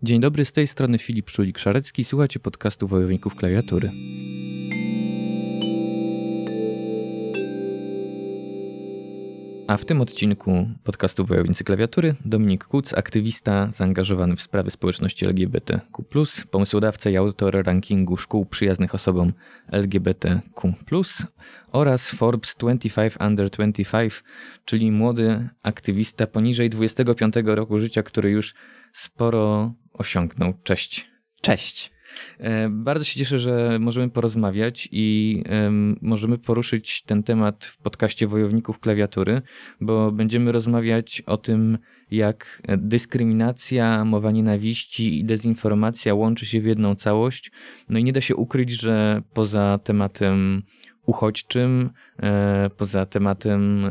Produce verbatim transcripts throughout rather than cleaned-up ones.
Dzień dobry, z tej strony Filip Szulik-Szarecki, słuchacie podcastu Wojowników Klawiatury. A w tym odcinku podcastu Wojownicy Klawiatury Dominik Kuc, aktywista zaangażowany w sprawy społeczności L G B T Q plus, pomysłodawca i autor rankingu szkół przyjaznych osobom L G B T Q plus oraz Forbes dwadzieścia pięć under dwadzieścia pięć, czyli młody aktywista poniżej dwudziestego piątego roku życia, który już sporo osiągnął. Cześć. Cześć. Bardzo się cieszę, że możemy porozmawiać i um, możemy poruszyć ten temat w podcaście Wojowników Klawiatury, bo będziemy rozmawiać o tym, jak dyskryminacja, mowa nienawiści i dezinformacja łączy się w jedną całość. No i nie da się ukryć, że poza tematem uchodźczym, poza tematem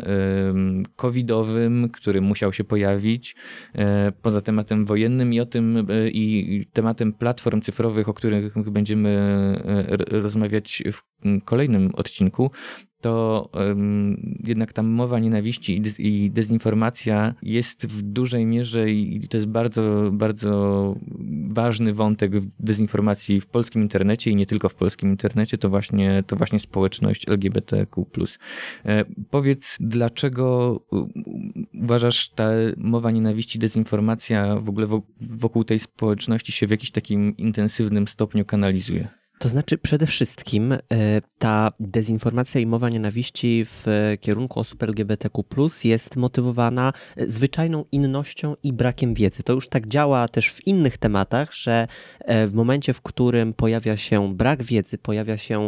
covidowym, który musiał się pojawić, poza tematem wojennym i o tym i tematem platform cyfrowych, o których będziemy rozmawiać w kolejnym odcinku, to um, jednak ta mowa nienawiści i dezinformacja jest w dużej mierze i to jest bardzo, bardzo ważny wątek dezinformacji w polskim internecie i nie tylko w polskim internecie, to właśnie, to właśnie społeczność L G B T Q plus. E, powiedz, dlaczego uważasz, ta mowa nienawiści, dezinformacja w ogóle wokół tej społeczności się w jakimś takim intensywnym stopniu kanalizuje? To znaczy przede wszystkim ta dezinformacja i mowa nienawiści w kierunku osób L G B T Q plus jest motywowana zwyczajną innością i brakiem wiedzy. To już tak działa też w innych tematach, że w momencie, w którym pojawia się brak wiedzy, pojawia się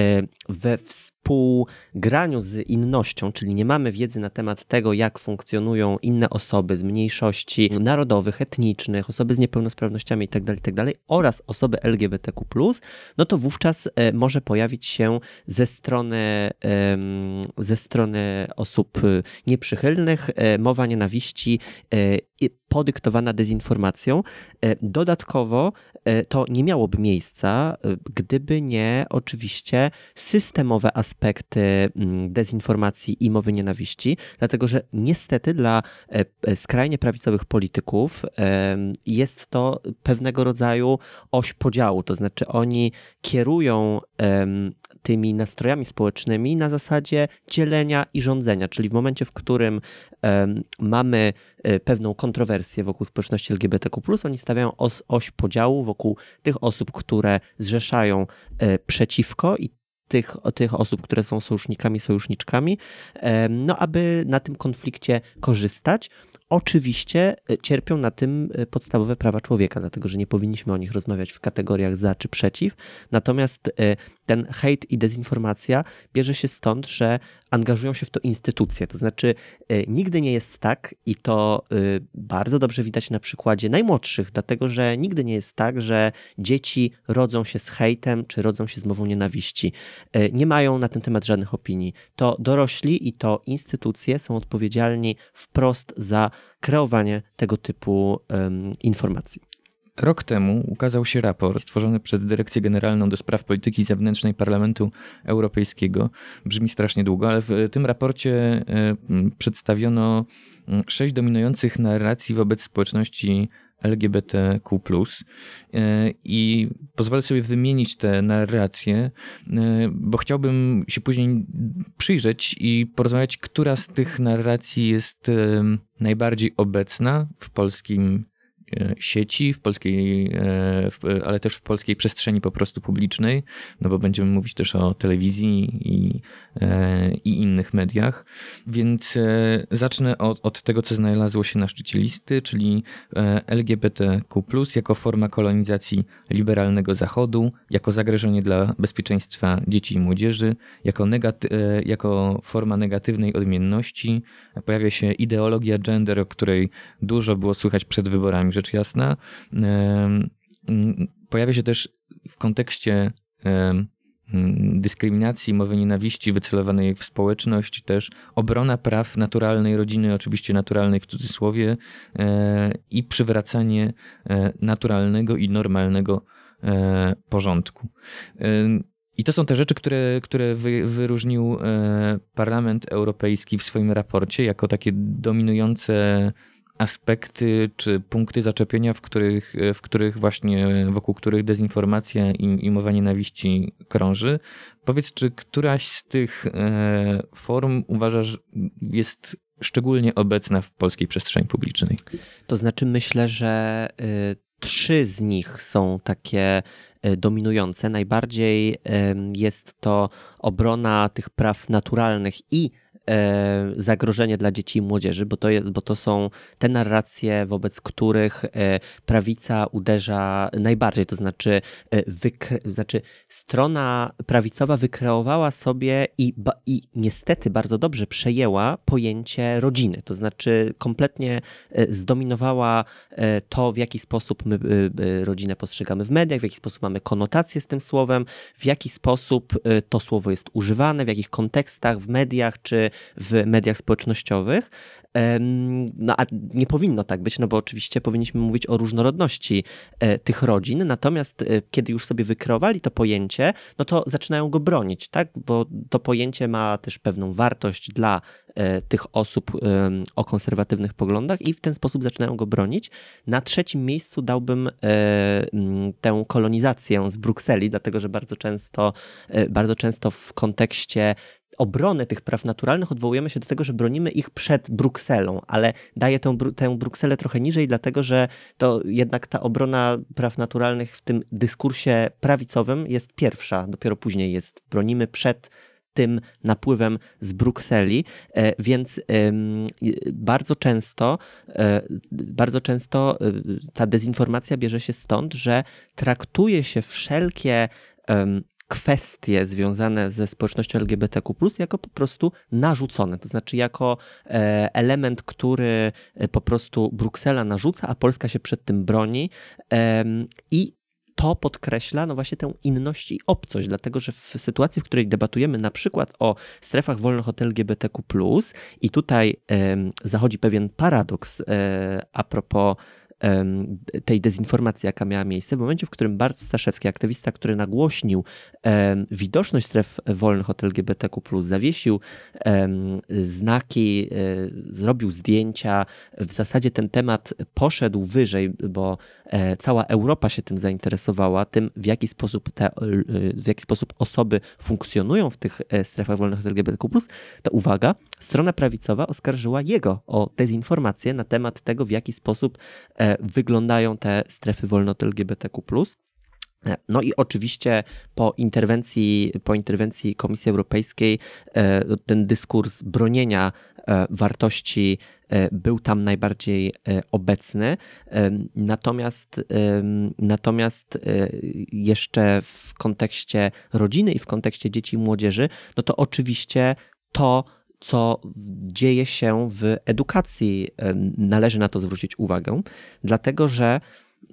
we współgraniu z innością, czyli nie mamy wiedzy na temat tego, jak funkcjonują inne osoby z mniejszości narodowych, etnicznych, osoby z niepełnosprawnościami itd., itd. oraz osoby L G B T Q plus, no to wówczas może pojawić się ze strony, ze strony osób nieprzychylnych mowa nienawiści podyktowana dezinformacją. Dodatkowo to nie miałoby miejsca, gdyby nie oczywiście systemowe aspekty dezinformacji i mowy nienawiści, dlatego że niestety dla skrajnie prawicowych polityków jest to pewnego rodzaju oś podziału, to znaczy oni kierują tymi nastrojami społecznymi na zasadzie dzielenia i rządzenia, czyli w momencie, w którym mamy pewną kontrowersję wokół społeczności L G B T Q plus, oni stawiają os, oś podziału wokół tych osób, które zrzeszają przeciwko i tych, tych osób, które są sojusznikami, sojuszniczkami, no aby na tym konflikcie korzystać. Oczywiście cierpią na tym podstawowe prawa człowieka, dlatego że nie powinniśmy o nich rozmawiać w kategoriach za czy przeciw. Natomiast ten hejt i dezinformacja bierze się stąd, że angażują się w to instytucje. To znaczy nigdy nie jest tak i to bardzo dobrze widać na przykładzie najmłodszych, dlatego że nigdy nie jest tak, że dzieci rodzą się z hejtem czy rodzą się z mową nienawiści. Nie mają na ten temat żadnych opinii. To dorośli i to instytucje są odpowiedzialni wprost za kreowanie tego typu um, informacji. Rok temu ukazał się raport stworzony przez Dyrekcję Generalną do Spraw Polityki Zewnętrznej Parlamentu Europejskiego. Brzmi strasznie długo, ale w tym raporcie przedstawiono sześć dominujących narracji wobec społeczności L G B T Q plus i pozwolę sobie wymienić te narracje, bo chciałbym się później przyjrzeć i porozmawiać, która z tych narracji jest najbardziej obecna w polskim sieci, w polskiej, ale też w polskiej przestrzeni po prostu publicznej, no bo będziemy mówić też o telewizji i, i innych mediach. Więc zacznę od, od tego, co znalazło się na szczycie listy, czyli L G B T Q plus jako forma kolonizacji liberalnego Zachodu, jako zagrożenie dla bezpieczeństwa dzieci i młodzieży, jako, negaty- jako forma negatywnej odmienności. Pojawia się ideologia gender, o której dużo było słychać przed wyborami, rzecz jasna. Pojawia się też w kontekście dyskryminacji, mowy nienawiści wycelowanej w społeczność też obrona praw naturalnej rodziny, oczywiście naturalnej w cudzysłowie, i przywracanie naturalnego i normalnego porządku. I to są te rzeczy, które, które wy, wyróżnił Parlament Europejski w swoim raporcie jako takie dominujące aspekty czy punkty zaczepienia, w których, w których właśnie wokół których dezinformacja i, i mowa nienawiści krąży. Powiedz, czy któraś z tych e, form uważasz jest szczególnie obecna w polskiej przestrzeni publicznej? To znaczy myślę, że y, trzy z nich są takie y, dominujące. Najbardziej y, jest to obrona tych praw naturalnych i zagrożenie dla dzieci i młodzieży, bo to, jest, bo to są te narracje, wobec których prawica uderza najbardziej. To znaczy, wykre, znaczy strona prawicowa wykreowała sobie i, i niestety bardzo dobrze przejęła pojęcie rodziny. To znaczy kompletnie zdominowała to, w jaki sposób my rodzinę postrzegamy w mediach, w jaki sposób mamy konotację z tym słowem, w jaki sposób to słowo jest używane, w jakich kontekstach, w mediach czy w mediach społecznościowych. No a nie powinno tak być, no bo oczywiście powinniśmy mówić o różnorodności tych rodzin, natomiast kiedy już sobie wykreowali to pojęcie, no to zaczynają go bronić, tak? Bo to pojęcie ma też pewną wartość dla tych osób o konserwatywnych poglądach i w ten sposób zaczynają go bronić. Na trzecim miejscu dałbym tę kolonizację z Brukseli, dlatego że bardzo często, bardzo często w kontekście obrony tych praw naturalnych odwołujemy się do tego, że bronimy ich przed Brukselą, ale daję tę, tę Brukselę trochę niżej, dlatego że to jednak ta obrona praw naturalnych w tym dyskursie prawicowym jest pierwsza, dopiero później jest bronimy przed tym napływem z Brukseli, więc bardzo często, bardzo często ta dezinformacja bierze się stąd, że traktuje się wszelkie kwestie związane ze społecznością L G B T Q plus, jako po prostu narzucone, to znaczy jako element, który po prostu Bruksela narzuca, a Polska się przed tym broni i to podkreśla no właśnie tę inność i obcość, dlatego że w sytuacji, w której debatujemy na przykład o strefach wolnych od L G B T Q plus i tutaj zachodzi pewien paradoks a propos tej dezinformacji, jaka miała miejsce, w momencie, w którym Bartosz Staszewski, aktywista, który nagłośnił um, widoczność stref wolnych od L G B T Q plus, zawiesił um, znaki, um, zrobił zdjęcia, w zasadzie ten temat poszedł wyżej, bo um, cała Europa się tym zainteresowała, tym w jaki sposób te, w jaki sposób osoby funkcjonują w tych strefach wolnych od L G B T Q plus, to uwaga, strona prawicowa oskarżyła jego o dezinformację na temat tego, w jaki sposób um, wyglądają te strefy wolne od L G B T Q plus. No i oczywiście po interwencji, po interwencji Komisji Europejskiej ten dyskurs bronienia wartości był tam najbardziej obecny. Natomiast, natomiast jeszcze w kontekście rodziny i w kontekście dzieci i młodzieży, no to oczywiście to, co dzieje się w edukacji, należy na to zwrócić uwagę, dlatego że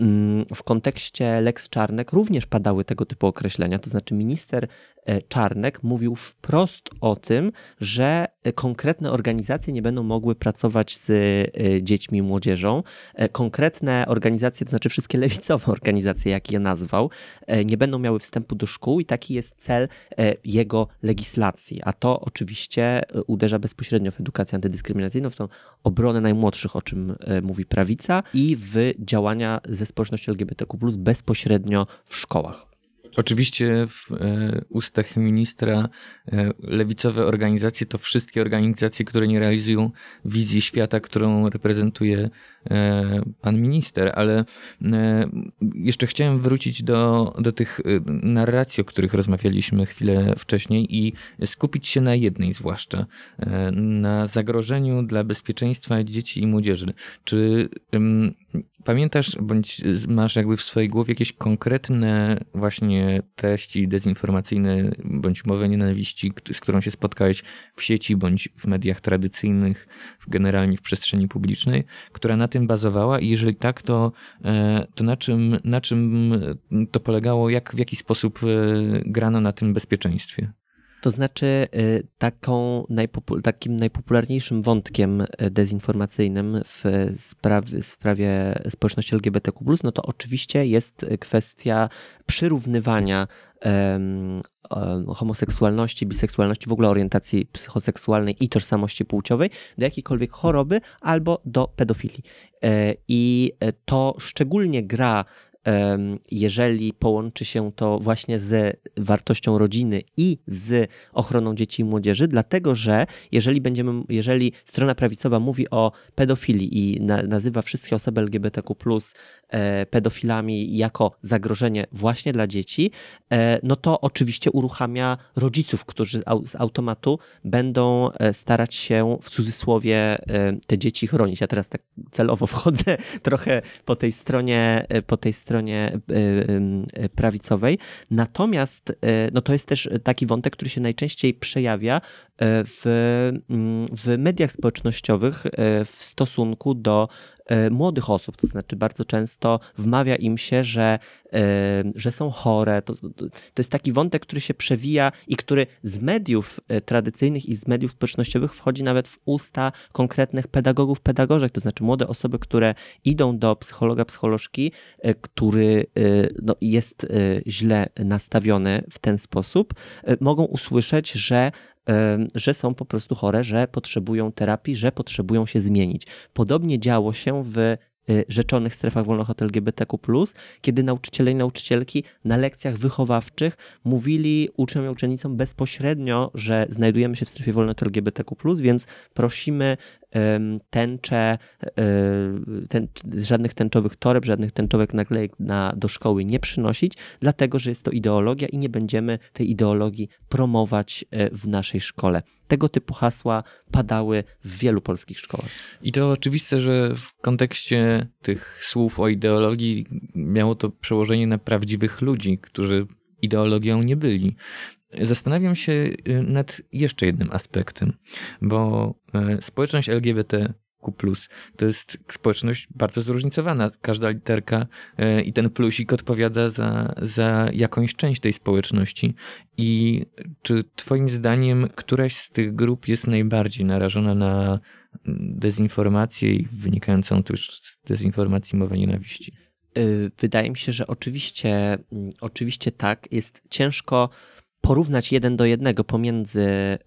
w kontekście Lex Czarnek również padały tego typu określenia, to znaczy minister Czarnek mówił wprost o tym, że konkretne organizacje nie będą mogły pracować z dziećmi i młodzieżą. Konkretne organizacje, to znaczy wszystkie lewicowe organizacje, jak je nazwał, nie będą miały wstępu do szkół i taki jest cel jego legislacji. A to oczywiście uderza bezpośrednio w edukację antydyskryminacyjną, w tą obronę najmłodszych, o czym mówi prawica, i w działania ze społecznością L G B T Q plus bezpośrednio w szkołach. Oczywiście w ustach ministra lewicowe organizacje to wszystkie organizacje, które nie realizują wizji świata, którą reprezentuje pan minister, ale jeszcze chciałem wrócić do, do tych narracji, o których rozmawialiśmy chwilę wcześniej i skupić się na jednej zwłaszcza, na zagrożeniu dla bezpieczeństwa dzieci i młodzieży. Czy pamiętasz, bądź masz jakby w swojej głowie jakieś konkretne właśnie treści dezinformacyjne, bądź mowę nienawiści, z którą się spotkałeś w sieci, bądź w mediach tradycyjnych, generalnie w przestrzeni publicznej, która na tym bazowała i jeżeli tak, to, to na czym, na czym to polegało, jak, w jaki sposób grano na tym bezpieczeństwie? To znaczy taką najpopu- takim najpopularniejszym wątkiem dezinformacyjnym w sprawie, sprawie społeczności L G B T Q plus, no to oczywiście jest kwestia przyrównywania um, um, homoseksualności, biseksualności, w ogóle orientacji psychoseksualnej i tożsamości płciowej do jakiejkolwiek choroby albo do pedofilii. I to szczególnie gra, jeżeli połączy się to właśnie z wartością rodziny i z ochroną dzieci i młodzieży, dlatego że jeżeli będziemy, jeżeli strona prawicowa mówi o pedofilii i na, nazywa wszystkie osoby L G B T Q plus e, pedofilami jako zagrożenie właśnie dla dzieci, e, no to oczywiście uruchamia rodziców, którzy z automatu będą starać się w cudzysłowie e, te dzieci chronić. Ja teraz tak celowo wchodzę trochę po tej stronie, po tej stronie prawicowej. Natomiast no to jest też taki wątek, który się najczęściej przejawia w, w mediach społecznościowych w stosunku do młodych osób, to znaczy bardzo często wmawia im się, że, że są chore. To, to jest taki wątek, który się przewija i który z mediów tradycyjnych i z mediów społecznościowych wchodzi nawet w usta konkretnych pedagogów, pedagożek, to znaczy młode osoby, które idą do psychologa, psycholożki, który no, jest źle nastawiony w ten sposób, mogą usłyszeć, że że są po prostu chore, że potrzebują terapii, że potrzebują się zmienić. Podobnie działo się w rzeczonych strefach wolnych od L G B T Q plus, kiedy nauczyciele i nauczycielki na lekcjach wychowawczych mówili uczniom i uczennicom bezpośrednio, że znajdujemy się w strefie wolnej od L G B T Q plus, więc prosimy tęcze, ten, żadnych tęczowych toreb, żadnych tęczowek naklejek na, do szkoły nie przynosić, dlatego że jest to ideologia i nie będziemy tej ideologii promować w naszej szkole. Tego typu hasła padały w wielu polskich szkołach. I to oczywiste, że w kontekście tych słów o ideologii miało to przełożenie na prawdziwych ludzi, którzy ideologią nie byli. Zastanawiam się nad jeszcze jednym aspektem, bo społeczność L G B T Q plus to jest społeczność bardzo zróżnicowana. Każda literka i ten plusik odpowiada za, za jakąś część tej społeczności. I czy twoim zdaniem któraś z tych grup jest najbardziej narażona na dezinformację i wynikającą też z dezinformacji mowę nienawiści? Wydaje mi się, że oczywiście, oczywiście tak. Jest ciężko porównać jeden do jednego pomiędzy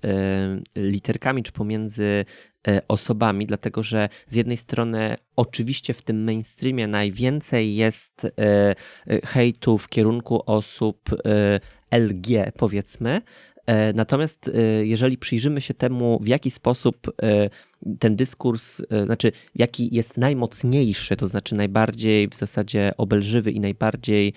literkami czy pomiędzy osobami, dlatego że z jednej strony oczywiście w tym mainstreamie najwięcej jest hejtu w kierunku osób L G, powiedzmy. Natomiast jeżeli przyjrzymy się temu, w jaki sposób ten dyskurs, znaczy jaki jest najmocniejszy, to znaczy najbardziej w zasadzie obelżywy i najbardziej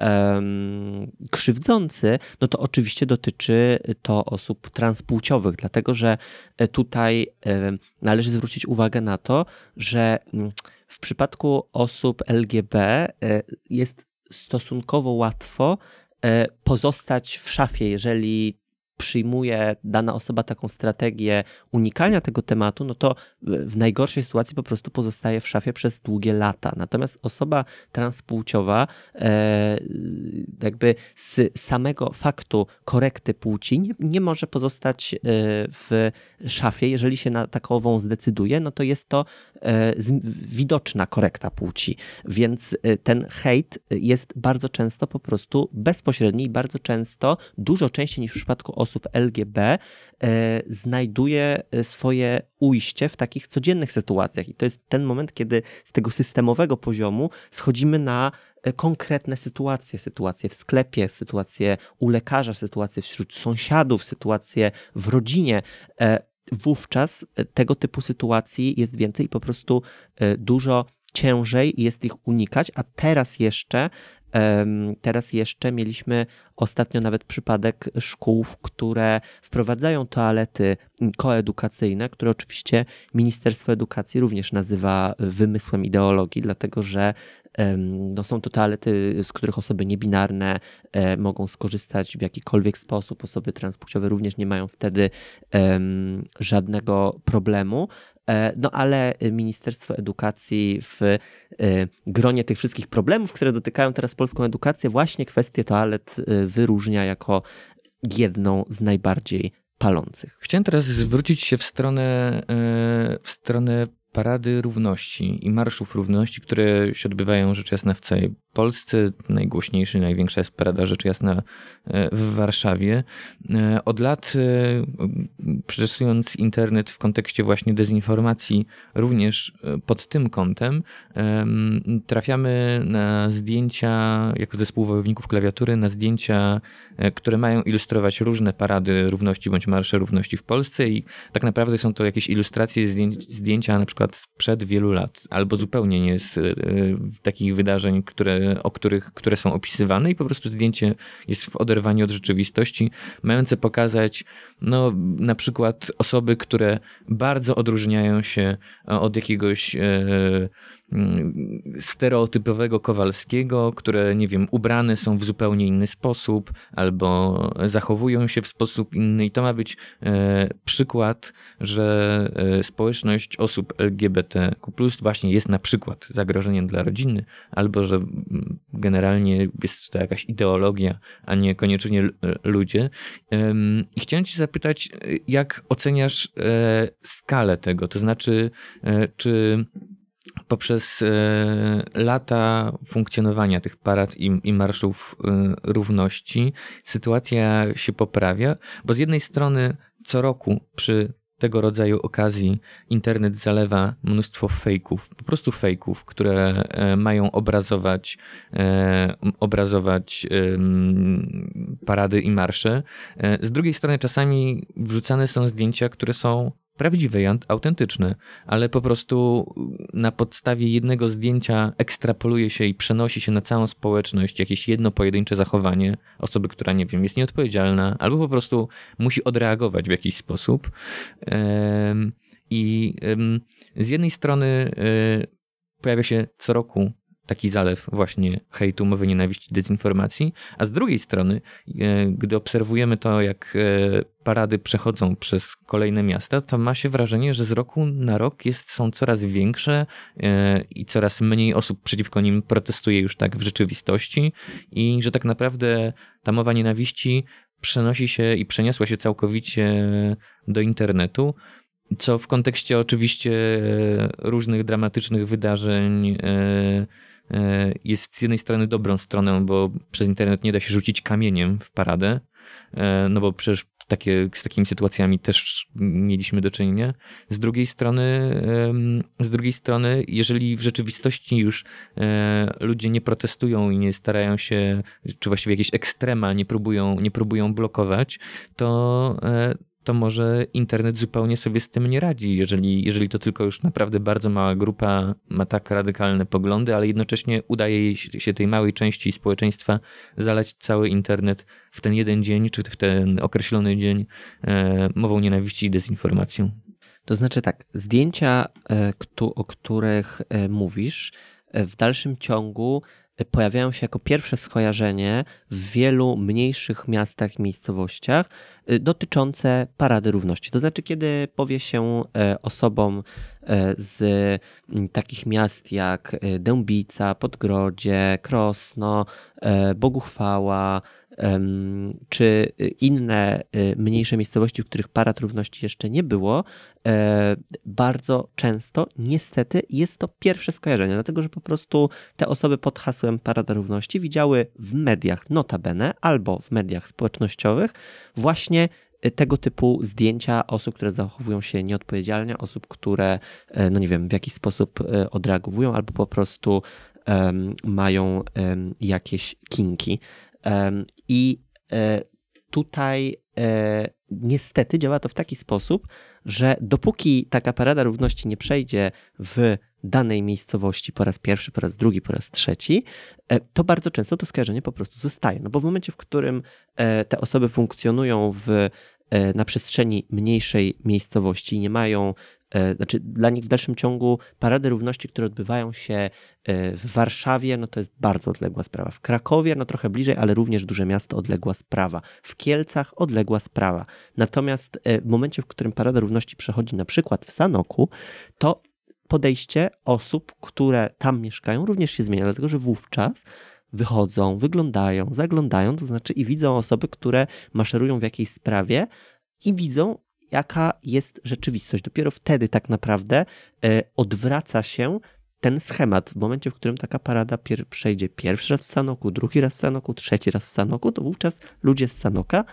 um, krzywdzący, no to oczywiście dotyczy to osób transpłciowych, dlatego że tutaj um, należy zwrócić uwagę na to, że w przypadku osób L G B jest stosunkowo łatwo pozostać w szafie, jeżeli przyjmuje dana osoba taką strategię unikania tego tematu, no to w najgorszej sytuacji po prostu pozostaje w szafie przez długie lata. Natomiast osoba transpłciowa e, jakby z samego faktu korekty płci nie, nie może pozostać w szafie. Jeżeli się na takową zdecyduje, no to jest to e, z, widoczna korekta płci. Więc ten hejt jest bardzo często po prostu bezpośredni i bardzo często, dużo częściej niż w przypadku osób L G B e, znajduje swoje ujście w takich codziennych sytuacjach. I to jest ten moment, kiedy z tego systemowego poziomu schodzimy na konkretne sytuacje. Sytuacje w sklepie, sytuacje u lekarza, sytuacje wśród sąsiadów, sytuacje w rodzinie. E, wówczas tego typu sytuacji jest więcej i po prostu e, dużo ciężej jest ich unikać, a teraz jeszcze Teraz jeszcze mieliśmy ostatnio nawet przypadek szkół, które wprowadzają toalety koedukacyjne, które oczywiście Ministerstwo Edukacji również nazywa wymysłem ideologii, dlatego że no, są to toalety, z których osoby niebinarne mogą skorzystać w jakikolwiek sposób. Osoby transpłciowe również nie mają wtedy żadnego problemu. No ale Ministerstwo Edukacji w gronie tych wszystkich problemów, które dotykają teraz polską edukację, właśnie kwestię toalet wyróżnia jako jedną z najbardziej palących. Chciałem teraz zwrócić się w stronę, w stronę Parady Równości i Marszów Równości, które się odbywają rzecz jasna w całej Polsce. Najgłośniejszy, największa jest Parada rzecz jasna w Warszawie. Od lat, przeczytując internet w kontekście właśnie dezinformacji, również pod tym kątem trafiamy na zdjęcia, jako zespół wojowników klawiatury, na zdjęcia, które mają ilustrować różne parady równości bądź marsze równości w Polsce i tak naprawdę są to jakieś ilustracje, zdjęcia na przykład sprzed wielu lat, albo zupełnie nie z takich wydarzeń, które o których, które są opisywane i po prostu zdjęcie jest w oderwaniu od rzeczywistości, mające pokazać no, na przykład osoby, które bardzo odróżniają się od jakiegoś e, stereotypowego Kowalskiego, które, nie wiem, ubrane są w zupełnie inny sposób albo zachowują się w sposób inny i to ma być e, przykład, że e, społeczność osób L G B T Q plus, właśnie jest na przykład zagrożeniem dla rodziny, albo że generalnie jest to jakaś ideologia, a nie koniecznie ludzie. E, I chciałem cię zapytać, jak oceniasz e, skalę tego, to znaczy, e, czy poprzez lata funkcjonowania tych parad i, i marszów równości sytuacja się poprawia, bo z jednej strony co roku przy tego rodzaju okazji internet zalewa mnóstwo fejków, po prostu fejków, które mają obrazować, obrazować parady i marsze. Z drugiej strony czasami wrzucane są zdjęcia, które są prawdziwe i autentyczne, ale po prostu na podstawie jednego zdjęcia ekstrapoluje się i przenosi się na całą społeczność jakieś jedno pojedyncze zachowanie osoby, która, nie wiem, jest nieodpowiedzialna albo po prostu musi odreagować w jakiś sposób. I z jednej strony pojawia się co roku taki zalew właśnie hejtu, mowy nienawiści, dezinformacji, a z drugiej strony, gdy obserwujemy to, jak parady przechodzą przez kolejne miasta, to ma się wrażenie, że z roku na rok jest, są coraz większe i coraz mniej osób przeciwko nim protestuje już tak w rzeczywistości i że tak naprawdę ta mowa nienawiści przenosi się i przeniosła się całkowicie do internetu, co w kontekście oczywiście różnych dramatycznych wydarzeń jest z jednej strony dobrą stroną, bo przez internet nie da się rzucić kamieniem w paradę, no bo przecież takie, z takimi sytuacjami też mieliśmy do czynienia. Z drugiej strony, z drugiej strony, jeżeli w rzeczywistości już ludzie nie protestują i nie starają się, czy właściwie jakieś ekstrema nie próbują, nie próbują blokować, to to może internet zupełnie sobie z tym nie radzi, jeżeli, jeżeli to tylko już naprawdę bardzo mała grupa ma tak radykalne poglądy, ale jednocześnie udaje się tej małej części społeczeństwa zalać cały internet w ten jeden dzień, czy w ten określony dzień e, mową nienawiści i dezinformacją. To znaczy tak, zdjęcia, o których mówisz, w dalszym ciągu pojawiają się jako pierwsze skojarzenie w wielu mniejszych miastach i miejscowościach dotyczące Parady Równości. To znaczy, kiedy powie się osobom z takich miast jak Dębica, Podgrodzie, Krosno, Boguchwała, czy inne mniejsze miejscowości, w których Parad Równości jeszcze nie było, bardzo często niestety jest to pierwsze skojarzenie, dlatego że po prostu te osoby pod hasłem Parada Równości widziały w mediach notabene albo w mediach społecznościowych właśnie tego typu zdjęcia osób, które zachowują się nieodpowiedzialnie, osób, które, no nie wiem, w jakiś sposób odreagowują albo po prostu um, mają um, jakieś kinki. Um, I e, tutaj e, niestety działa to w taki sposób, że dopóki taka Parada Równości nie przejdzie w danej miejscowości po raz pierwszy, po raz drugi, po raz trzeci, to bardzo często to skojarzenie po prostu zostaje. No bo w momencie, w którym te osoby funkcjonują w, na przestrzeni mniejszej miejscowości, nie mają, znaczy dla nich w dalszym ciągu Parady Równości, które odbywają się w Warszawie, no to jest bardzo odległa sprawa. W Krakowie, no trochę bliżej, ale również duże miasto, odległa sprawa. W Kielcach odległa sprawa. Natomiast w momencie, w którym Parada Równości przechodzi na przykład w Sanoku, to podejście osób, które tam mieszkają, również się zmienia, dlatego że wówczas wychodzą, wyglądają, zaglądają, to znaczy i widzą osoby, które maszerują w jakiejś sprawie i widzą, jaka jest rzeczywistość. Dopiero wtedy tak naprawdę odwraca się ten schemat. W momencie, w którym taka parada pier- przejdzie pierwszy raz w Sanoku, drugi raz w Sanoku, trzeci raz w Sanoku, to wówczas ludzie z Sanoka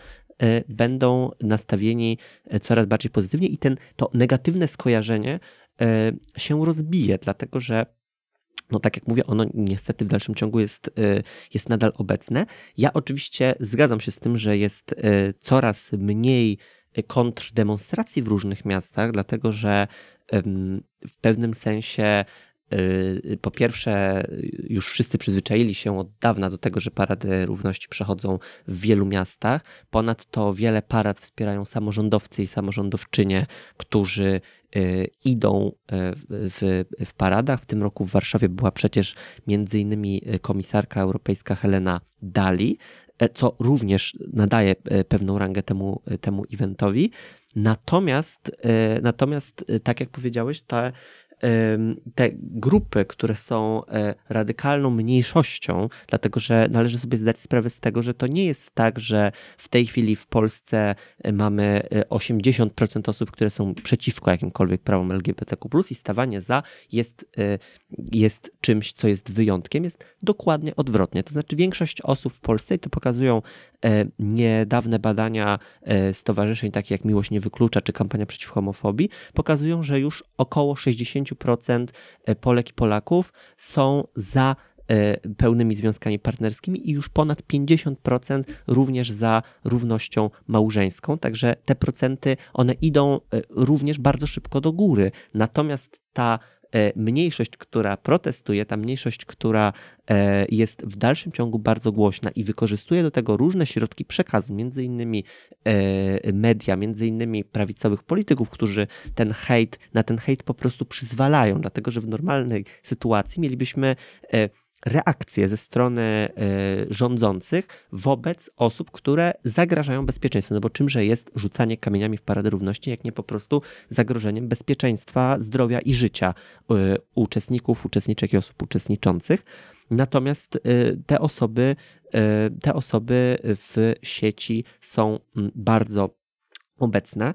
będą nastawieni coraz bardziej pozytywnie i ten, to negatywne skojarzenie się rozbije, dlatego że no tak jak mówię, ono niestety w dalszym ciągu jest, jest nadal obecne. Ja oczywiście zgadzam się z tym, że jest coraz mniej kontrdemonstracji w różnych miastach, dlatego że w pewnym sensie po pierwsze, już wszyscy przyzwyczaili się od dawna do tego, że parady równości przechodzą w wielu miastach. Ponadto wiele parad wspierają samorządowcy i samorządowczynie, którzy idą w, w paradach. W tym roku w Warszawie była przecież między innymi komisarka europejska Helena Dalli, co również nadaje pewną rangę temu, temu eventowi. Natomiast, natomiast tak jak powiedziałeś, ta te grupy, które są radykalną mniejszością, dlatego że należy sobie zdać sprawę z tego, że to nie jest tak, że w tej chwili w Polsce mamy osiemdziesiąt procent osób, które są przeciwko jakimkolwiek prawom L G B T Q plus i stawanie za jest, jest czymś, co jest wyjątkiem, jest dokładnie odwrotnie. To znaczy większość osób w Polsce, i to pokazują niedawne badania stowarzyszeń takich jak Miłość nie wyklucza czy kampania przeciw homofobii, pokazują, że już około sześćdziesiąt procent Polek i Polaków są za pełnymi związkami partnerskimi i już ponad pięćdziesiąt procent również za równością małżeńską. Także te procenty, one idą również bardzo szybko do góry. Natomiast ta mniejszość, która protestuje, ta mniejszość, która jest w dalszym ciągu bardzo głośna i wykorzystuje do tego różne środki przekazu, między innymi media, między innymi prawicowych polityków, którzy ten hejt, na ten hejt po prostu przyzwalają, dlatego że w normalnej sytuacji mielibyśmy reakcje ze strony rządzących wobec osób, które zagrażają bezpieczeństwu. No bo czymże jest rzucanie kamieniami w Paradę Równości, jak nie po prostu zagrożeniem bezpieczeństwa, zdrowia i życia uczestników, uczestniczek i osób uczestniczących. Natomiast te osoby, te osoby w sieci są bardzo obecne.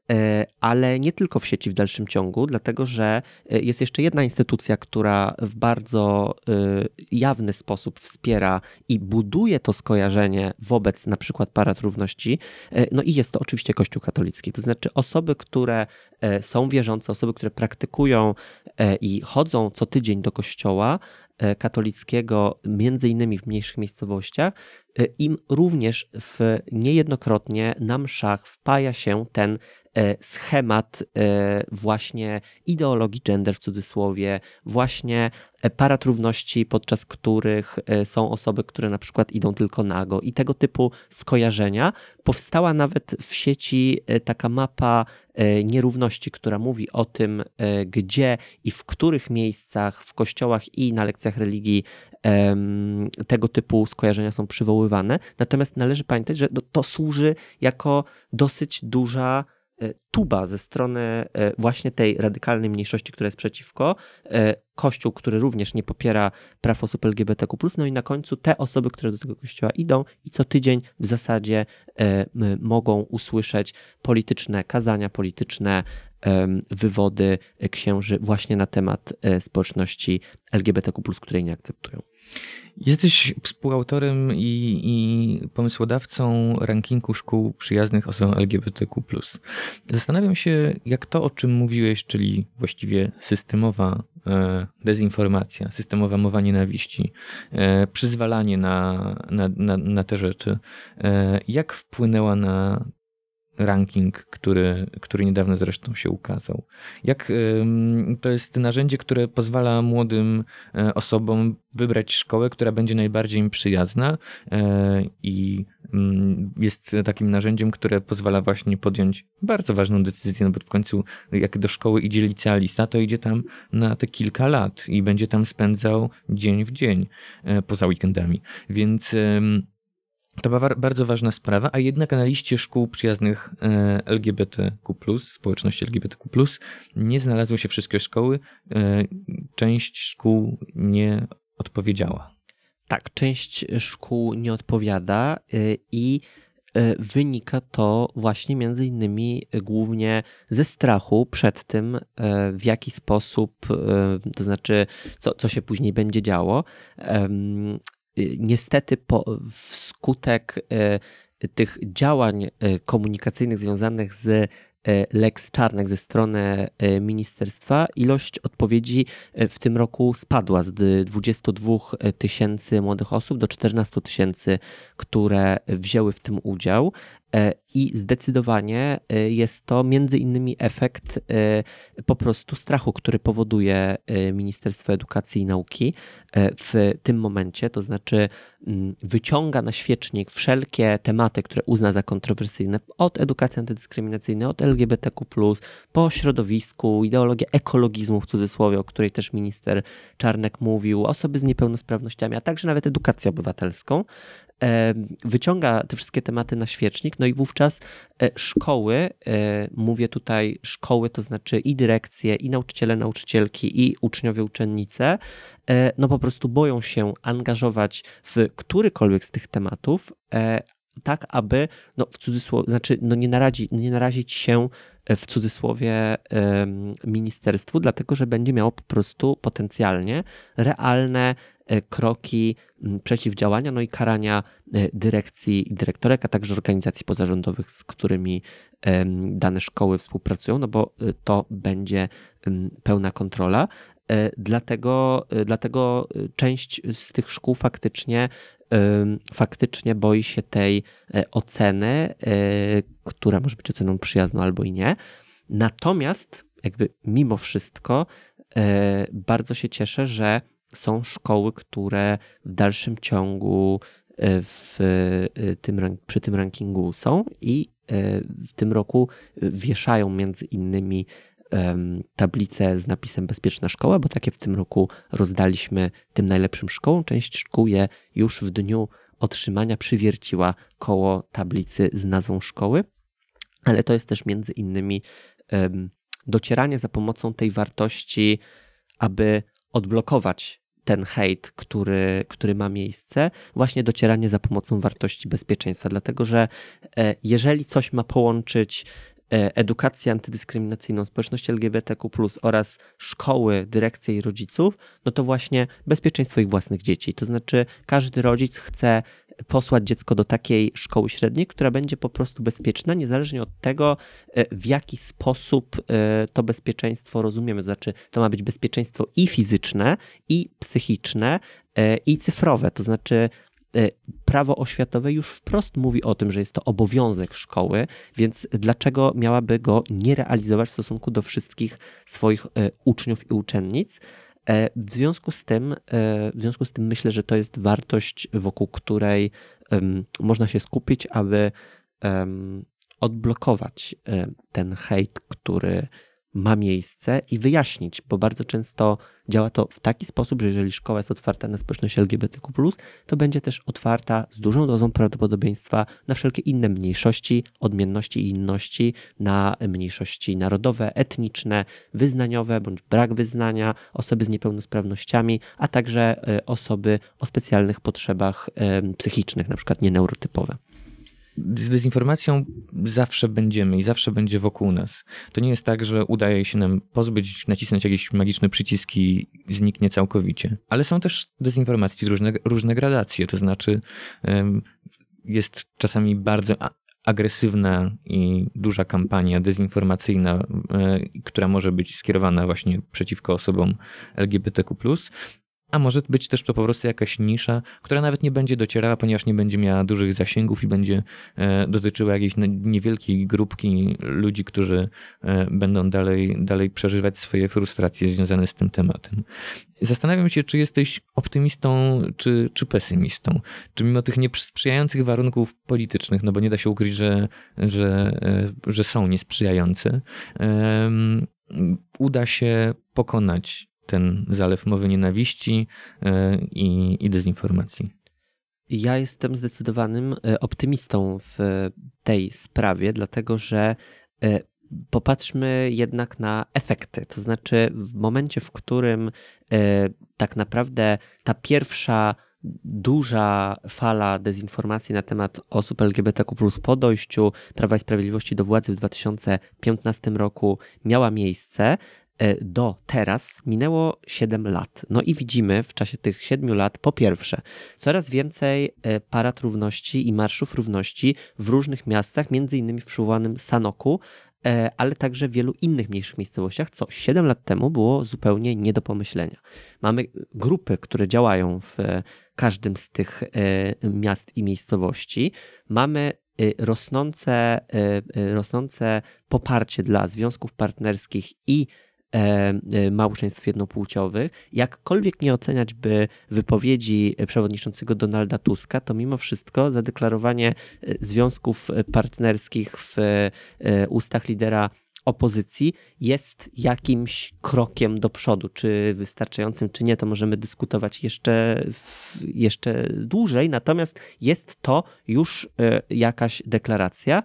Ale nie tylko w sieci w dalszym ciągu, dlatego że jest jeszcze jedna instytucja, która w bardzo jawny sposób wspiera i buduje to skojarzenie wobec na przykład parad równości, no i jest to oczywiście Kościół katolicki, to znaczy osoby, które są wierzące, osoby, które praktykują i chodzą co tydzień do kościoła katolickiego, między innymi w mniejszych miejscowościach, im również w niejednokrotnie na mszach wpaja się ten schemat właśnie ideologii gender w cudzysłowie, właśnie parad równości, podczas których są osoby, które na przykład idą tylko nago i tego typu skojarzenia. Powstała nawet w sieci taka mapa nierówności, która mówi o tym, gdzie i w których miejscach w kościołach i na lekcjach religii tego typu skojarzenia są przywoływane. Natomiast należy pamiętać, że to służy jako dosyć duża tuba ze strony właśnie tej radykalnej mniejszości, która jest przeciwko, Kościół, który również nie popiera praw osób L G B T Q plus, no i na końcu te osoby, które do tego kościoła idą i co tydzień w zasadzie mogą usłyszeć polityczne kazania, polityczne wywody księży właśnie na temat społeczności L G B T Q plus, której nie akceptują. Jesteś współautorem i, i pomysłodawcą rankingu szkół przyjaznych osobom L G B T Q plus. Zastanawiam się, jak to, o czym mówiłeś, czyli właściwie systemowa e, dezinformacja, systemowa mowa nienawiści, e, przyzwalanie na, na, na, na te rzeczy, e, jak wpłynęła na ranking, który, który niedawno zresztą się ukazał. Jak to jest narzędzie, które pozwala młodym osobom wybrać szkołę, która będzie najbardziej im przyjazna i jest takim narzędziem, które pozwala właśnie podjąć bardzo ważną decyzję, no bo w końcu jak do szkoły idzie licealista, to idzie tam na te kilka lat i będzie tam spędzał dzień w dzień poza weekendami. Więc to była bardzo ważna sprawa, a jednak na liście szkół przyjaznych L G B T Q plus, społeczności L G B T Q plus, nie znalazły się wszystkie szkoły. Część szkół nie odpowiedziała. Tak, część szkół nie odpowiada i wynika to właśnie między innymi głównie ze strachu przed tym, w jaki sposób, to znaczy co, co się później będzie działo. Niestety po, wskutek tych działań komunikacyjnych związanych z Lex Czarnek ze strony ministerstwa, ilość odpowiedzi w tym roku spadła z dwudziestu dwóch tysięcy młodych osób do czternastu tysięcy, które wzięły w tym udział. I zdecydowanie jest to między innymi efekt po prostu strachu, który powoduje Ministerstwo Edukacji i Nauki w tym momencie, to znaczy wyciąga na świecznik wszelkie tematy, które uzna za kontrowersyjne, od edukacji antydyskryminacyjnej, od L G B T Q plus, po środowisku, ideologię ekologizmu w cudzysłowie, o której też minister Czarnek mówił, osoby z niepełnosprawnościami, a także nawet edukację obywatelską. Wyciąga te wszystkie tematy na świecznik, no i wówczas szkoły, mówię tutaj szkoły, to znaczy i dyrekcje, i nauczyciele, nauczycielki, i uczniowie, uczennice, no po prostu boją się angażować w którykolwiek z tych tematów, tak aby, no w cudzysłowie, znaczy no nie, naradzi, nie narazić się w cudzysłowie ministerstwu, dlatego że będzie miało po prostu potencjalnie realne kroki przeciwdziałania, no i karania dyrekcji i dyrektorek, a także organizacji pozarządowych, z którymi dane szkoły współpracują, no bo to będzie pełna kontrola. Dlatego, dlatego część z tych szkół faktycznie faktycznie boi się tej oceny, która może być oceną przyjazną albo i nie. Natomiast jakby mimo wszystko bardzo się cieszę, że są szkoły, które w dalszym ciągu w tym, przy tym rankingu są i w tym roku wieszają między innymi tablicę z napisem Bezpieczna Szkoła, bo takie w tym roku rozdaliśmy tym najlepszym szkołom. Część szkół je już w dniu otrzymania przywierciła koło tablicy z nazwą szkoły, ale to jest też między innymi docieranie za pomocą tej wartości, aby odblokować ten hejt, który, który ma miejsce, właśnie docieranie za pomocą wartości bezpieczeństwa, dlatego że jeżeli coś ma połączyć edukację antydyskryminacyjną, społeczność L G B T Q plus oraz szkoły, dyrekcje i rodziców, no to właśnie bezpieczeństwo ich własnych dzieci. To znaczy każdy rodzic chce posłać dziecko do takiej szkoły średniej, która będzie po prostu bezpieczna, niezależnie od tego, w jaki sposób to bezpieczeństwo rozumiemy. To znaczy to ma być bezpieczeństwo i fizyczne, i psychiczne, i cyfrowe. To znaczy prawo oświatowe już wprost mówi o tym, że jest to obowiązek szkoły, więc dlaczego miałaby go nie realizować w stosunku do wszystkich swoich uczniów i uczennic? W związku z tym, w związku z tym myślę, że to jest wartość, wokół której można się skupić, aby odblokować ten hejt, który ma miejsce i wyjaśnić, bo bardzo często działa to w taki sposób, że jeżeli szkoła jest otwarta na społeczność L G B T Q plus, to będzie też otwarta z dużą dozą prawdopodobieństwa na wszelkie inne mniejszości, odmienności i inności, na mniejszości narodowe, etniczne, wyznaniowe bądź brak wyznania, osoby z niepełnosprawnościami, a także osoby o specjalnych potrzebach psychicznych, na przykład nieneurotypowe. Z dezinformacją zawsze będziemy i zawsze będzie wokół nas. To nie jest tak, że udaje się nam pozbyć, nacisnąć jakiś magiczny przycisk i zniknie całkowicie. Ale są też dezinformacje, różne, różne gradacje. To znaczy jest czasami bardzo agresywna i duża kampania dezinformacyjna, która może być skierowana właśnie przeciwko osobom L G B T Q plus. A może być też to po prostu jakaś nisza, która nawet nie będzie docierała, ponieważ nie będzie miała dużych zasięgów i będzie dotyczyła jakiejś niewielkiej grupki ludzi, którzy będą dalej, dalej przeżywać swoje frustracje związane z tym tematem. Zastanawiam się, czy jesteś optymistą, czy, czy pesymistą. Czy mimo tych niesprzyjających warunków politycznych, no bo nie da się ukryć, że, że, że są niesprzyjające, um, uda się pokonać ten zalew mowy nienawiści i, i dezinformacji. Ja jestem zdecydowanym optymistą w tej sprawie, dlatego że popatrzmy jednak na efekty. To znaczy w momencie, w którym tak naprawdę ta pierwsza duża fala dezinformacji na temat osób L G B T Q plus po dojściu Prawa i Sprawiedliwości do władzy w dwa tysiące piętnastym roku miała miejsce. Do teraz minęło siedem lat. No i widzimy w czasie tych siedmiu lat, po pierwsze, coraz więcej parad równości i marszów równości w różnych miastach, między innymi w przywołanym Sanoku, ale także w wielu innych mniejszych miejscowościach, co siedem lat temu było zupełnie nie do pomyślenia. Mamy grupy, które działają w każdym z tych miast i miejscowości. Mamy rosnące, rosnące poparcie dla związków partnerskich i małżeństw jednopłciowych. Jakkolwiek nie oceniać by wypowiedzi przewodniczącego Donalda Tuska, to mimo wszystko zadeklarowanie związków partnerskich w ustach lidera opozycji jest jakimś krokiem do przodu. Czy wystarczającym, czy nie, to możemy dyskutować jeszcze, jeszcze dłużej. Natomiast jest to już jakaś deklaracja.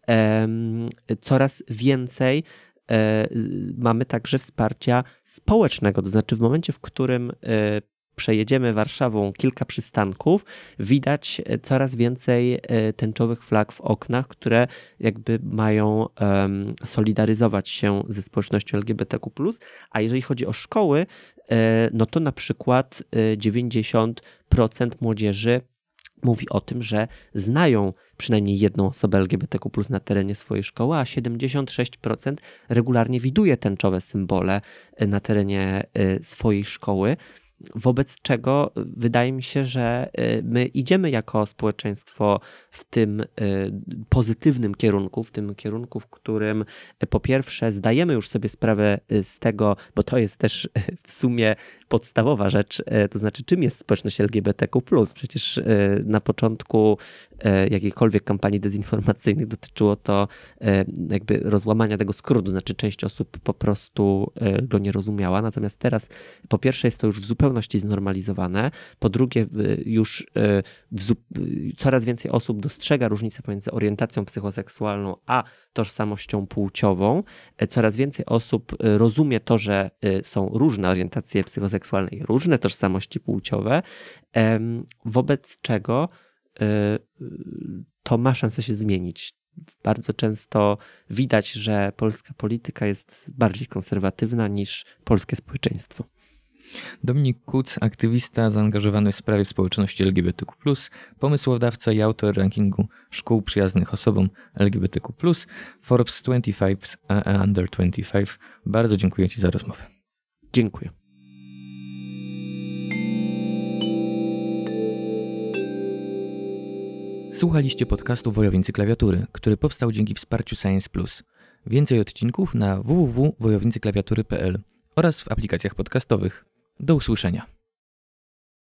Coraz więcej mamy także wsparcia społecznego, to znaczy w momencie, w którym przejedziemy Warszawą kilka przystanków, widać coraz więcej tęczowych flag w oknach, które jakby mają solidaryzować się ze społecznością L G B T Q plus, a jeżeli chodzi o szkoły, no to na przykład dziewięćdziesiąt procent młodzieży mówi o tym, że znają przynajmniej jedną osobę L G B T Q plus na terenie swojej szkoły, a siedemdziesiąt sześć procent regularnie widuje tęczowe symbole na terenie swojej szkoły. Wobec czego wydaje mi się, że my idziemy jako społeczeństwo w tym pozytywnym kierunku, w tym kierunku, w którym po pierwsze zdajemy już sobie sprawę z tego, bo to jest też w sumie podstawowa rzecz, to znaczy czym jest społeczność L G B T Q plus. Przecież na początku jakiejkolwiek kampanii dezinformacyjnych dotyczyło to jakby rozłamania tego skrótu, znaczy część osób po prostu go nie rozumiała, natomiast teraz po pierwsze jest to już w zupełności znormalizowane, po drugie już w coraz więcej osób dostrzega różnicę pomiędzy orientacją psychoseksualną a tożsamością płciową, coraz więcej osób rozumie to, że są różne orientacje psychoseksualne i różne tożsamości płciowe, wobec czego to ma szansę się zmienić. Bardzo często widać, że polska polityka jest bardziej konserwatywna niż polskie społeczeństwo. Dominik Kuc, aktywista zaangażowany w sprawie społeczności L G B T Q plus, pomysłodawca i autor rankingu szkół przyjaznych osobom L G B T Q plus, Forbes dwadzieścia pięć Under dwadzieścia pięć. Bardzo dziękuję Ci za rozmowę. Dziękuję. Słuchaliście podcastu Wojownicy Klawiatury, który powstał dzięki wsparciu Science plus. Więcej odcinków na w w w kropka wojownicy klawiatury kropka p l oraz w aplikacjach podcastowych. Do usłyszenia.